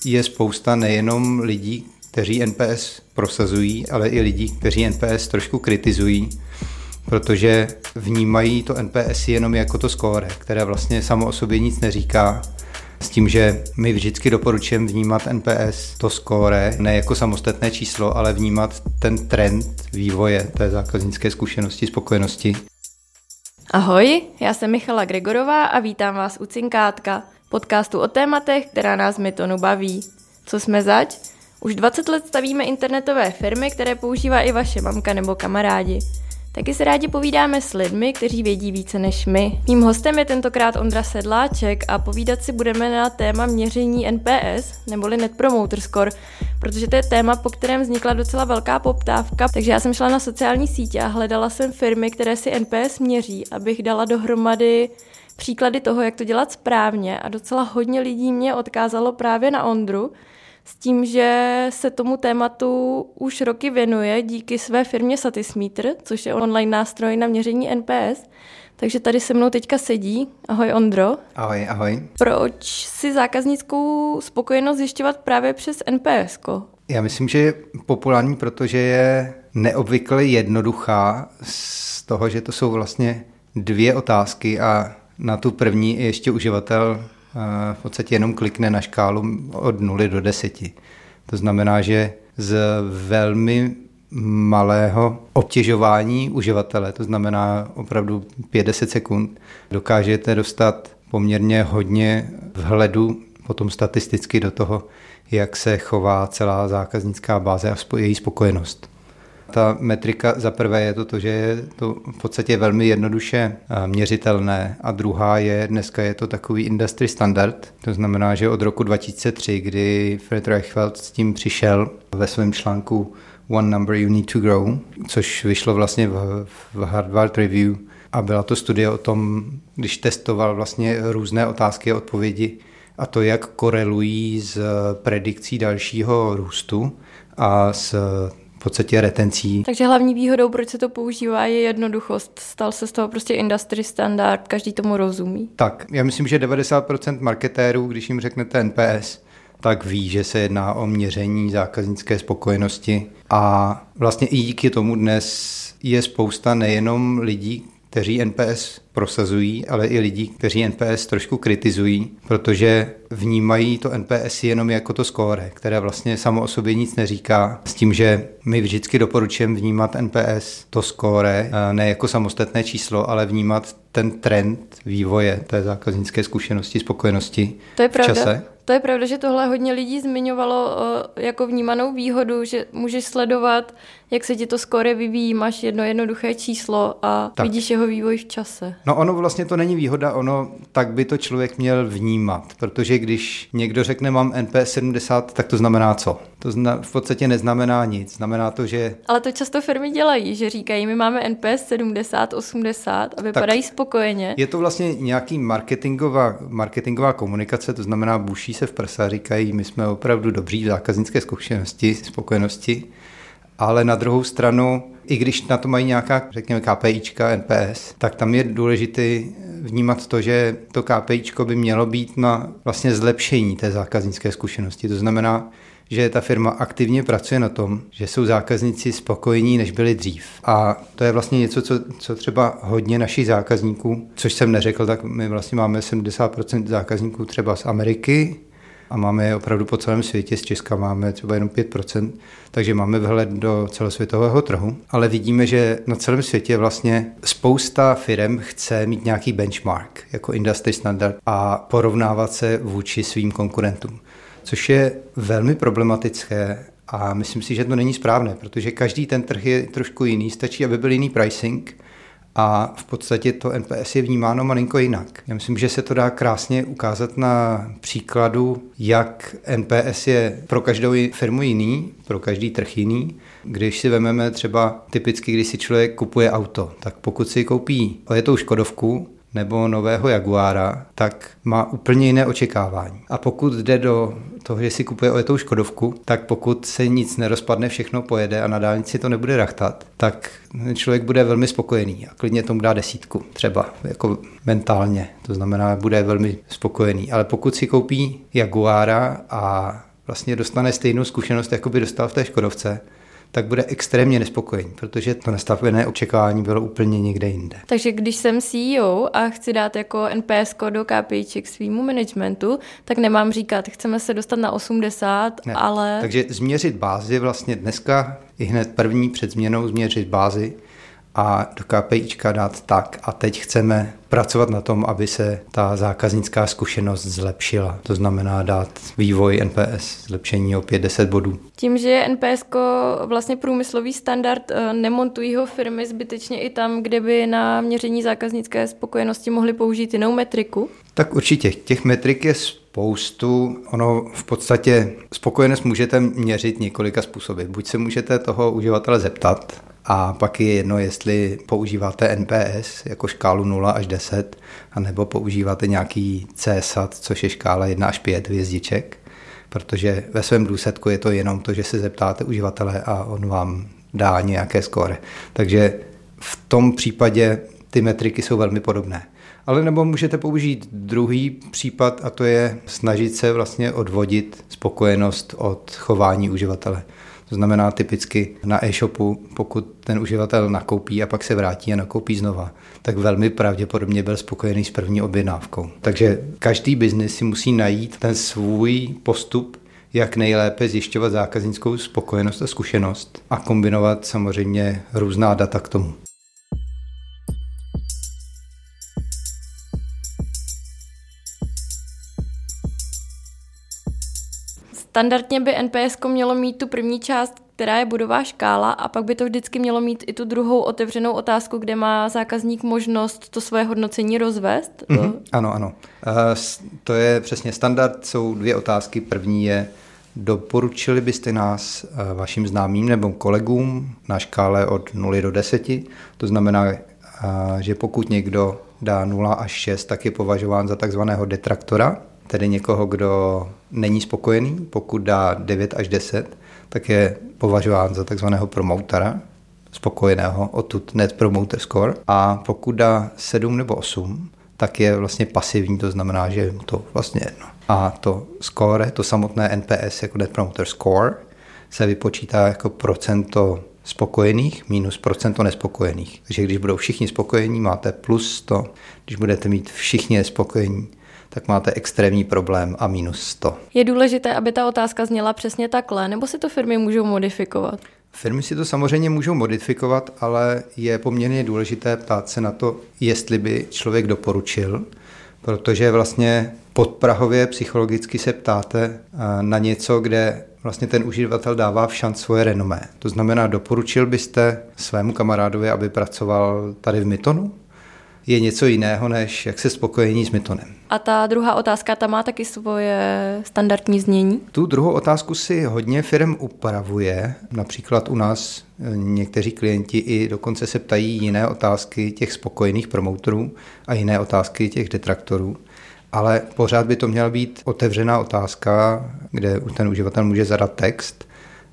je spousta nejenom lidí, kteří NPS prosazují, ale i lidí, kteří NPS trošku kritizují, protože vnímají to NPS jenom jako to skóre, které vlastně samo o sobě nic neříká, s tím, že my vždycky doporučujeme vnímat NPS, to skóre, ne jako samostatné číslo, ale vnímat ten trend vývoje té zákaznické zkušenosti, spokojenosti. Ahoj, já jsem Michala Gregorová a vítám vás u Cinkátka, podcastu o tématech, která nás Mytonu baví. Co jsme zač? Už 20 let stavíme internetové firmy, které používá i vaše mamka nebo kamarádi. Taky se rádi povídáme s lidmi, kteří vědí více než my. Mým hostem je tentokrát Ondra Sedláček a povídat si budeme na téma měření NPS, neboli Net Promoter Score, protože to je téma, po kterém vznikla docela velká poptávka, takže já jsem šla na sociální sítě a hledala jsem firmy, které si NPS měří, abych dala dohromady příklady toho, jak to dělat správně, a docela hodně lidí mě odkázalo právě na Ondru, s tím, že se tomu tématu už roky věnuje díky své firmě Satismeter, což je online nástroj na měření NPS. Takže tady se mnou teďka sedí. Ahoj Ondro. Ahoj, ahoj. Proč si zákaznickou spokojenost zjišťovat právě přes NPS-ko? Já myslím, že je populární, protože je neobvykle jednoduchá z toho, že to jsou vlastně dvě otázky a na tu první ještě uživatel v podstatě jenom klikne na škálu od 0 do 10. To znamená, že z velmi malého obtěžování uživatele, to znamená opravdu 5-10 sekund, dokážete dostat poměrně hodně vhledu potom statisticky do toho, jak se chová celá zákaznická báze a její spokojenost. Ta metrika za prvé je to, že je to v podstatě velmi jednoduše měřitelné a druhá je, dneska je to takový industry standard. To znamená, že od roku 2003, kdy Fred Reichheld s tím přišel ve svém článku One Number You Need to Grow, což vyšlo vlastně v Harvard Review a byla to studie o tom, když testoval vlastně různé otázky a odpovědi a to, jak korelují s predikcí dalšího růstu a s v podstatě retencí. Takže hlavní výhodou, proč se to používá, je jednoduchost. Stal se z toho prostě industry standard, každý tomu rozumí. Tak, já myslím, že 90% marketérů, když jim řeknete NPS, tak ví, že se jedná o měření zákaznické spokojenosti a vlastně i díky tomu dnes je spousta nejenom lidí, kteří NPS prosazují, ale i lidí, kteří NPS trošku kritizují, protože vnímají to NPS jenom jako to skóre, které vlastně samo o sobě nic neříká, s tím, že my vždycky doporučujeme vnímat NPS, to skóre, ne jako samostatné číslo, ale vnímat ten trend vývoje té zákaznické zkušenosti, spokojenosti v čase. To je pravda, že tohle hodně lidí zmiňovalo jako vnímanou výhodu, že můžeš sledovat, jak se ti to skóre vyvíjí, máš jedno jednoduché číslo a tak vidíš jeho vývoj v čase. No ono vlastně to není výhoda, ono tak by to člověk měl vnímat, protože když někdo řekne mám NPS 70, tak to znamená co? To v podstatě neznamená nic, znamená to, že... Ale to často firmy dělají, že říkají, my máme NPS 70, 80 a vypadají spokojeně. Je to vlastně nějaký marketingová komunikace, to znamená buší se v prsa, říkají, my jsme opravdu dobří v zákaznické zkušenosti, spokojenosti, ale na druhou stranu, i když na to mají nějaká, řekněme, KPIčka, NPS, tak tam je důležité vnímat to, že to KPIčko by mělo být na vlastně zlepšení té zákaznické zkušenosti. To znamená, že ta firma aktivně pracuje na tom, že jsou zákazníci spokojení, než byli dřív. A to je vlastně něco, co třeba hodně našich zákazníků, což jsem neřekl, tak my vlastně máme 70% zákazníků třeba z Ameriky a máme je opravdu po celém světě, z Česka máme třeba jenom 5%, takže máme vhled do celosvětového trhu, ale vidíme, že na celém světě vlastně spousta firem chce mít nějaký benchmark jako industry standard a porovnávat se vůči svým konkurentům, což je velmi problematické a myslím si, že to není správné, protože každý ten trh je trošku jiný, stačí, aby byl jiný pricing a v podstatě to NPS je vnímáno malinko jinak. Já myslím, že se to dá krásně ukázat na příkladu, jak NPS je pro každou firmu jiný, pro každý trh jiný. Když si vezmeme třeba typicky, když si člověk kupuje auto, tak pokud si koupí ojetou Škodovku nebo nového Jaguára, tak má úplně jiné očekávání. A pokud jde do toho, že si kupuje ojetou Škodovku, tak pokud se nic nerozpadne, všechno pojede a na dálnici to nebude rachtat, tak člověk bude velmi spokojený a klidně tomu dá 10 třeba, jako mentálně. To znamená, bude velmi spokojený. Ale pokud si koupí Jaguára a vlastně dostane stejnou zkušenost, jako by dostal v té Škodovce, tak bude extrémně nespokojený, protože to nastavené očekávání bylo úplně někde jinde. Takže když jsem CEO a chci dát jako NPS do KPIček svýmu managementu, tak nemám říkat, chceme se dostat na 80, ne. Ale... Takže změřit bázi vlastně dneska, i hned první před změnou změřit bázi a do KPIčka dát tak a teď chceme pracovat na tom, aby se ta zákaznická zkušenost zlepšila. To znamená dát vývoj NPS, zlepšení o 5-10 bodů. Tím, že je NPS vlastně průmyslový standard, nemontují ho firmy zbytečně i tam, kde by na měření zákaznické spokojenosti mohly použít jinou metriku? Tak určitě. Těch metrik je spoustu. Ono v podstatě spokojenost můžete měřit několika způsoby. Buď se můžete toho uživatele zeptat, a pak je jedno, jestli používáte NPS jako škálu 0 až 10, anebo používáte nějaký CSAT, což je škála 1 až 5 hvězdiček, protože ve svém důsledku je to jenom to, že se zeptáte uživatele a on vám dá nějaké skóre. Takže v tom případě ty metriky jsou velmi podobné. Ale nebo můžete použít druhý případ a to je snažit se vlastně odvodit spokojenost od chování uživatele. To znamená typicky na e-shopu, pokud ten uživatel nakoupí a pak se vrátí a nakoupí znova, tak velmi pravděpodobně byl spokojený s první objednávkou. Takže každý biznis si musí najít ten svůj postup, jak nejlépe zjišťovat zákaznickou spokojenost a zkušenost a kombinovat samozřejmě různá data k tomu. Standardně by NPS mělo mít tu první část, která je bodová škála, a pak by to vždycky mělo mít i tu druhou otevřenou otázku, kde má zákazník možnost to svoje hodnocení rozvést. Ano. To je přesně standard, jsou 2 otázky. První je, doporučili byste nás vašim známým nebo kolegům na škále od 0 do 10. To znamená, že pokud někdo dá 0 až 6, tak je považován za takzvaného detraktora, tedy někoho, kdo není spokojený. Pokud dá 9 až 10, tak je považován za takzvaného promotora, spokojeného, odtud Net Promoter Score. A pokud dá 7 nebo 8, tak je vlastně pasivní, to znamená, že je mu to vlastně jedno. A to score, to samotné NPS jako Net Promoter Score, se vypočítá jako procento spokojených minus procento nespokojených. Takže když budou všichni spokojení, máte plus 100. Když budete mít všichni nespokojení, tak máte extrémní problém a minus 100. Je důležité, aby ta otázka zněla přesně takhle, nebo si to firmy můžou modifikovat? Firmy si to samozřejmě můžou modifikovat, ale je poměrně důležité ptát se na to, jestli by člověk doporučil, protože vlastně podprahově psychologicky se ptáte na něco, kde vlastně ten uživatel dává v šanc svoje renomé. To znamená, doporučil byste svému kamarádovi, aby pracoval tady v Mytonu? Je něco jiného, než jak se spokojení s Mytonem. A ta druhá otázka, ta má taky svoje standardní znění? Tu druhou otázku si hodně firm upravuje. Například u nás někteří klienti i dokonce se ptají jiné otázky těch spokojených promotorů a jiné otázky těch detraktorů. Ale pořád by to měla být otevřená otázka, kde ten uživatel může zadat text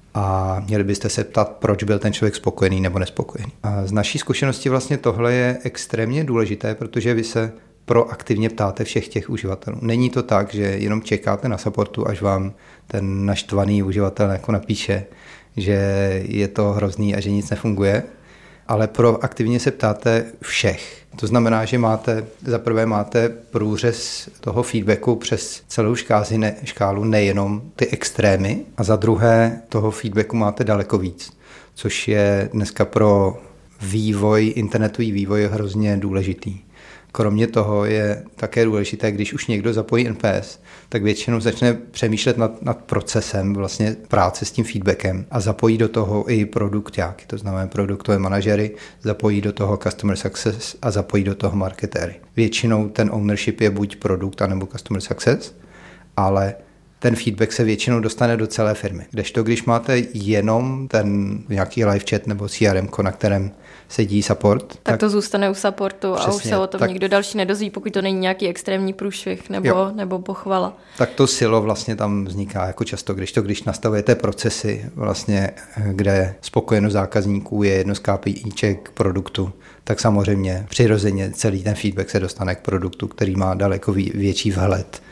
a měli byste se ptat, proč byl ten člověk spokojený nebo nespokojený. A z naší zkušenosti vlastně tohle je extrémně důležité, protože vy se proaktivně ptáte všech těch uživatelů. Není to tak, že jenom čekáte na supportu, až vám ten naštvaný uživatel jako napíše, že je to hrozný a že nic nefunguje, ale proaktivně se ptáte všech. To znamená, že zaprvé máte průřez toho feedbacku přes celou škálu, nejenom ty extrémy, a za druhé toho feedbacku máte daleko víc, což je dneska pro internetový vývoj hrozně důležitý. Kromě toho je také důležité, když už někdo zapojí NPS, tak většinou začne přemýšlet nad procesem vlastně práce s tím feedbackem a zapojí do toho i produkťáky, to znamená produktové manažery, zapojí do toho customer success a zapojí do toho marketéry. Většinou ten ownership je buď produkt, anebo customer success, ale ten feedback se většinou dostane do celé firmy. Kdežto, když máte jenom ten nějaký live chat nebo CRM, na kterém sedí support. Tak to zůstane u supportu přesně, a už se o tom nikdo další nedozví, pokud to není nějaký extrémní průšvih nebo pochvala. Tak to silo vlastně tam vzniká jako často, když nastavujete procesy, vlastně, kde spokojenost zákazníků je jedno z KPIček produktu, tak samozřejmě přirozeně celý ten feedback se dostane k produktu, který má daleko větší vhled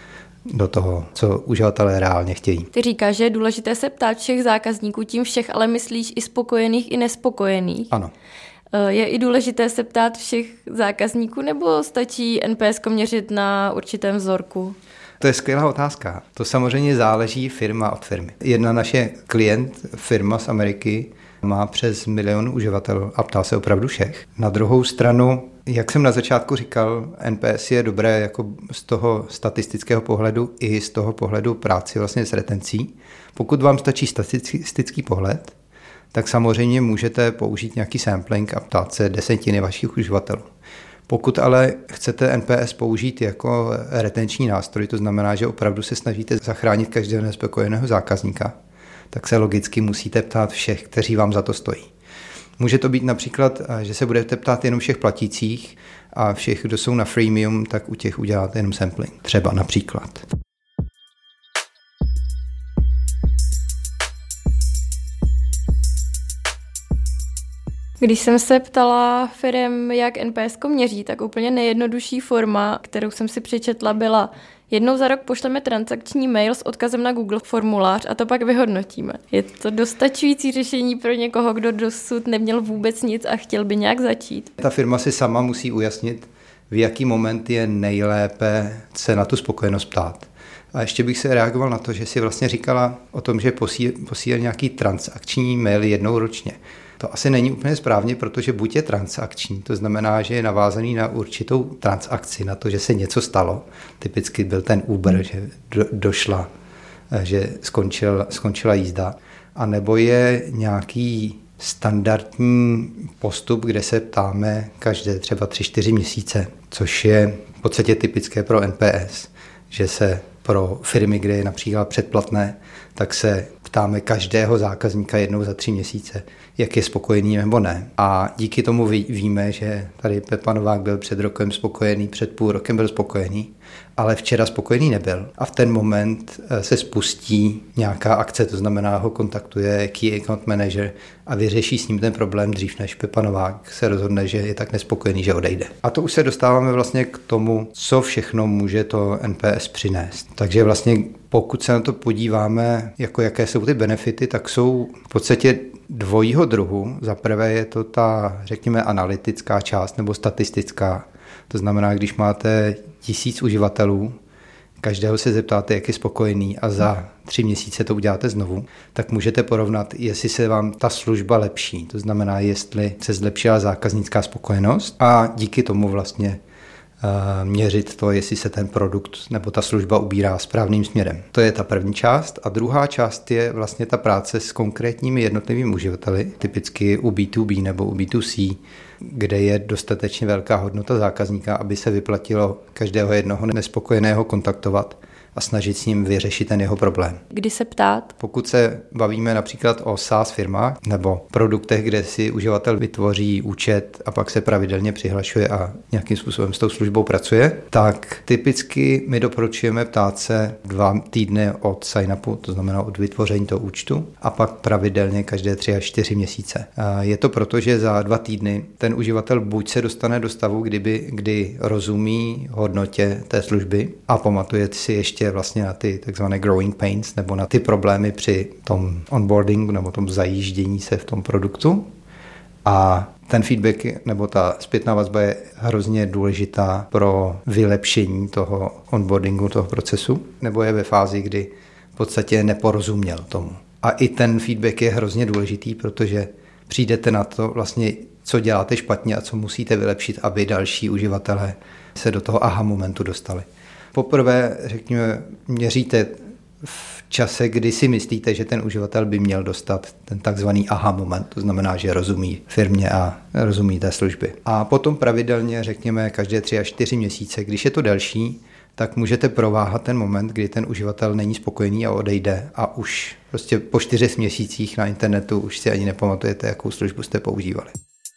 do toho, co uživatelé reálně chtějí. Ty říkáš, že je důležité se ptát všech zákazníků, tím všech ale myslíš i spokojených, i nespokojených. Ano. Je i důležité se ptát všech zákazníků, nebo stačí NPS-ko měřit na určitém vzorku? To je skvělá otázka. To samozřejmě záleží firma od firmy. Jedna naše firma z Ameriky, má přes 1 milion uživatelů a ptá se opravdu všech. Na druhou stranu, jak jsem na začátku říkal, NPS je dobré jako z toho statistického pohledu i z toho pohledu práci vlastně s retencí. Pokud vám stačí statistický pohled, tak samozřejmě můžete použít nějaký sampling a ptát se desetiny vašich uživatelů. Pokud ale chcete NPS použít jako retenční nástroj, to znamená, že opravdu se snažíte zachránit každého nespokojeného zákazníka, tak se logicky musíte ptát všech, kteří vám za to stojí. Může to být například, že se budete ptát jenom všech platících a všech, kdo jsou na freemium, tak u těch uděláte jenom sampling. Třeba například. Když jsem se ptala firem, jak NPS-ko měří, tak úplně nejjednodušší forma, kterou jsem si přečetla, byla: jednou za rok pošleme transakční mail s odkazem na Google formulář a to pak vyhodnotíme. Je to dostačující řešení pro někoho, kdo dosud neměl vůbec nic a chtěl by nějak začít? Ta firma si sama musí ujasnit, v jaký moment je nejlépe se na tu spokojenost ptát. A ještě bych se reagoval na to, že si vlastně říkala o tom, že posílá nějaký transakční mail jednou ročně. To asi není úplně správně, protože buď je transakční, to znamená, že je navázaný na určitou transakci, na to, že se něco stalo. Typicky byl ten Uber, že došla, že skončila jízda. A nebo je nějaký standardní postup, kde se ptáme každé třeba 3-4 měsíce, což je v podstatě typické pro NPS, že se pro firmy, kde je například předplatné, tak se ptáme každého zákazníka jednou za 3 měsíce, jak je spokojený nebo ne. A díky tomu víme, že tady Pepa Novák byl před rokem spokojený, před půl rokem byl spokojený, ale včera spokojený nebyl. A v ten moment se spustí nějaká akce, to znamená, ho kontaktuje Key Account Manager a vyřeší s ním ten problém dřív, než Pepa Novák se rozhodne, že je tak nespokojený, že odejde. A to už se dostáváme vlastně k tomu, co všechno může to NPS přinést. Takže vlastně pokud se na to podíváme, jako jaké jsou ty benefity, tak jsou v podstatě dvojího druhu. Za prvé je to ta, řekněme, analytická část nebo statistická. To znamená, když máte 1000 uživatelů, každého se zeptáte, jak je spokojený a za 3 měsíce to uděláte znovu, tak můžete porovnat, jestli se vám ta služba lepší. To znamená, jestli se zlepšila zákaznická spokojenost a díky tomu vlastně měřit to, jestli se ten produkt nebo ta služba ubírá správným směrem. To je ta první část. A druhá část je vlastně ta práce s konkrétními jednotlivými uživateli, typicky u B2B nebo u B2C, kde je dostatečně velká hodnota zákazníka, aby se vyplatilo každého jednoho nespokojeného kontaktovat a snažit s ním vyřešit ten jeho problém. Kdy se ptát? Pokud se bavíme například o SaaS firmách nebo produktech, kde si uživatel vytvoří účet a pak se pravidelně přihlašuje a nějakým způsobem s tou službou pracuje, tak typicky my doporučujeme ptát se 2 týdny od sign-upu, to znamená od vytvoření toho účtu, a pak pravidelně každé 3 až 4 měsíce. Je to proto, že za 2 týdny ten uživatel buď se dostane do stavu, kdy rozumí hodnotě té služby a pamatuje si ještě vlastně na ty takzvané growing pains nebo na ty problémy při tom onboardingu nebo tom zajíždění se v tom produktu. A ten feedback nebo ta zpětná vazba je hrozně důležitá pro vylepšení toho onboardingu, toho procesu, nebo je ve fázi, kdy v podstatě neporozuměl tomu. A i ten feedback je hrozně důležitý, protože přijdete na to vlastně, co děláte špatně a co musíte vylepšit, aby další uživatelé se do toho aha momentu dostali. Poprvé, řekněme, měříte v čase, kdy si myslíte, že ten uživatel by měl dostat ten takzvaný aha moment, to znamená, že rozumí firmě a rozumí té služby. A potom pravidelně, řekněme, každé 3 až 4 měsíce, když je to delší, tak můžete prováhat ten moment, kdy ten uživatel není spokojený a odejde a už prostě po 4 měsících na internetu už si ani nepamatujete, jakou službu jste používali.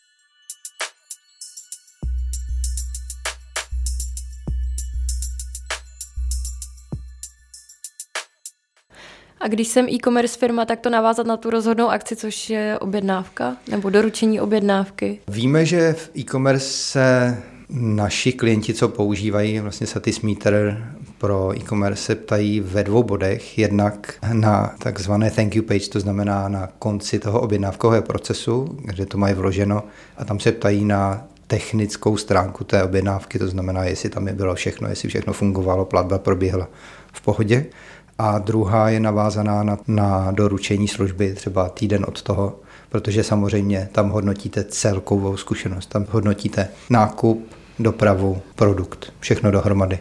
A když jsem e-commerce firma, tak to navázat na tu rozhodnou akci, což je objednávka nebo doručení objednávky. Víme, že v e-commerce se naši klienti, co používají vlastně Satismeter, pro e-commerce se ptají ve 2 bodech. Jednak na takzvané thank you page, to znamená na konci toho objednávkového procesu, kde to mají vloženo, a tam se ptají na technickou stránku té objednávky, to znamená, jestli tam bylo všechno, jestli všechno fungovalo, platba proběhla v pohodě. A druhá je navázaná na doručení služby, třeba týden od toho, protože samozřejmě tam hodnotíte celkovou zkušenost, tam hodnotíte nákup, dopravu, produkt, všechno dohromady.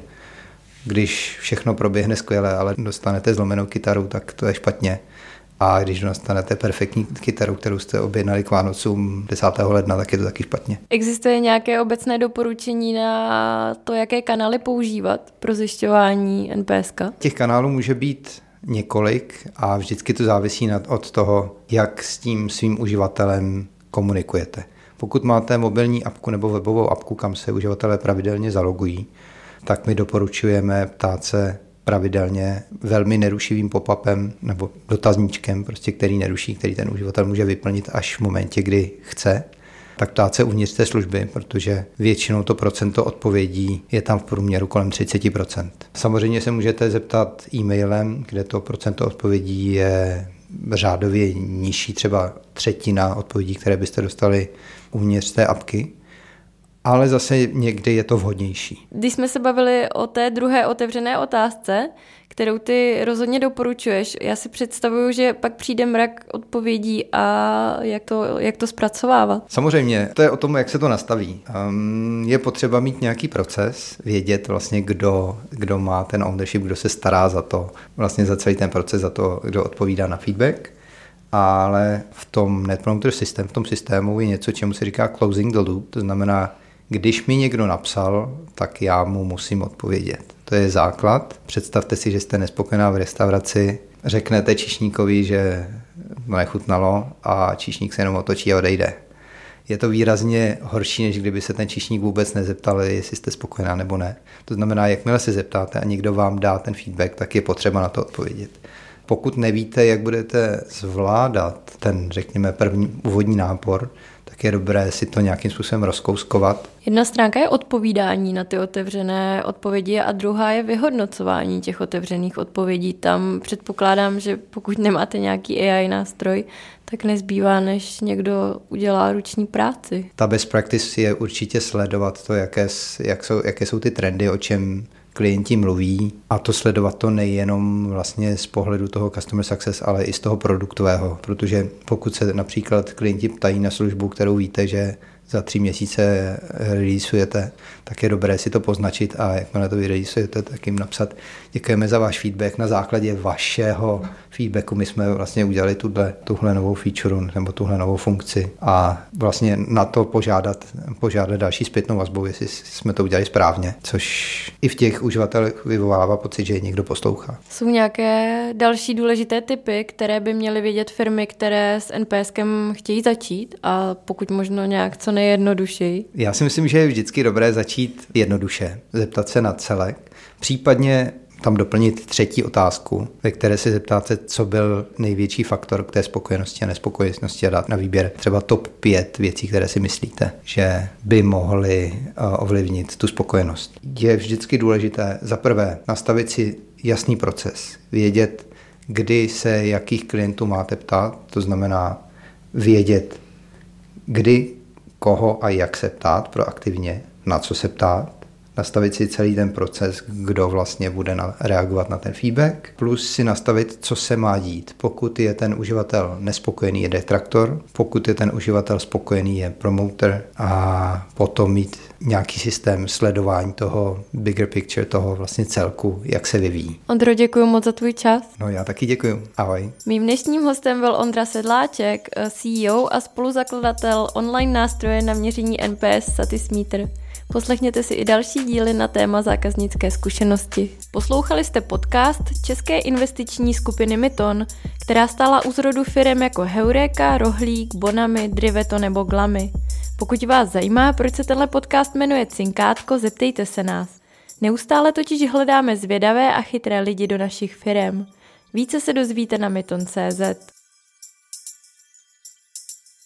Když všechno proběhne skvěle, ale dostanete zlomenou kytaru, tak to je špatně. A když dostanete perfektní kytaru, kterou jste objednali k Vánocům 10. ledna, tak je to taky špatně. Existuje nějaké obecné doporučení na to, jaké kanály používat pro zjišťování NPSK? Těch kanálů může být několik a vždycky to závisí od toho, jak s tím svým uživatelem komunikujete. Pokud máte mobilní apku nebo webovou apku, kam se uživatelé pravidelně zalogují, tak my doporučujeme ptát se pravidelně velmi nerušivým pop-upem nebo dotazníčkem, prostě který neruší, který ten uživatel může vyplnit až v momentě, kdy chce, tak ptát se uvnitř té služby, protože většinou to procento odpovědí je tam v průměru kolem 30%. Samozřejmě se můžete zeptat e-mailem, kde to procento odpovědí je řádově nižší, třeba 1/3 odpovědí, které byste dostali uvnitř té apky, ale zase někdy je to vhodnější. Když jsme se bavili o té druhé otevřené otázce, kterou ty rozhodně doporučuješ, já si představuju, že pak přijde mrak odpovědí a jak to zpracovávat. Samozřejmě, to je o tom, jak se to nastaví. Je potřeba mít nějaký proces, vědět vlastně, kdo má ten ownership, kdo se stará za to, vlastně za celý ten proces, za to, kdo odpovídá na feedback. Ale v tom Net Promoter System, v tom systému je něco, čemu se říká closing the loop, to znamená, když mi někdo napsal, tak já mu musím odpovědět. To je základ. Představte si, že jste nespokojená v restauraci, řeknete číšníkovi, že mu nechutnalo a číšník se jenom otočí a odejde. Je to výrazně horší, než kdyby se ten číšník vůbec nezeptal, jestli jste spokojená nebo ne. To znamená, jakmile se zeptáte a někdo vám dá ten feedback, tak je potřeba na to odpovědět. Pokud nevíte, jak budete zvládat ten, řekněme, první úvodní nápor, tak je dobré si to nějakým způsobem rozkouskovat. Jedna stránka je odpovídání na ty otevřené odpovědi a druhá je vyhodnocování těch otevřených odpovědí. Tam předpokládám, že pokud nemáte nějaký AI nástroj, tak nezbývá, než někdo udělá ruční práci. Ta best practice je určitě sledovat to, jaké jsou ty trendy, o čem klienti mluví, a to sledovat to nejenom vlastně z pohledu toho customer success, ale i z toho produktového, protože pokud se například klienti ptají na službu, kterou víte, že za 3 měsíce releaseujete, tak je dobré si to poznačit a jakmile to vyreleaseujete, tak jim napsat: děkujeme za váš feedback, na základě vašeho feedbacku my jsme vlastně udělali tuhle novou feature nebo tuhle novou funkci, a vlastně na to požádat další zpětnou vazbu, jestli jsme to udělali správně, což i v těch uživatelích vyvolává pocit, že někdo poslouchá. Jsou nějaké další důležité tipy, které by měly vědět firmy, které s NPSkem chtějí začít, a pokud možno nějak co nejjednodušeji? Já si myslím, že je vždycky dobré začít jednoduše, zeptat se na celek, případně tam doplnit 3. otázku, ve které se zeptáte, co byl největší faktor k té spokojenosti a nespokojenosti, a dát na výběr třeba top 5 věcí, které si myslíte, že by mohly ovlivnit tu spokojenost. Je vždycky důležité za prvé nastavit si jasný proces, vědět, kdy se jakých klientů máte ptát, to znamená vědět, kdy, koho a jak se ptát proaktivně, na co se ptát, nastavit si celý ten proces, kdo vlastně bude reagovat na ten feedback, plus si nastavit, co se má dít. Pokud je ten uživatel nespokojený, je detraktor, pokud je ten uživatel spokojený, je promoter, a potom mít nějaký systém sledování toho bigger picture, toho vlastně celku, jak se vyvíjí. Ondro, děkuji moc za tvůj čas. No, já taky děkuji. Ahoj. Mým dnešním hostem byl Ondra Sedláček, CEO a spoluzakladatel online nástroje na měření NPS Satismeter. Poslechněte si i další díly na téma zákaznické zkušenosti. Poslouchali jste podcast české investiční skupiny Myton, která stála u zrodu firem jako Heureka, Rohlík, Bonami, Driveto nebo Glamy. Pokud vás zajímá, proč se tenhle podcast jmenuje Cinkátko, zeptejte se nás. Neustále totiž hledáme zvědavé a chytré lidi do našich firem. Více se dozvíte na myton.cz.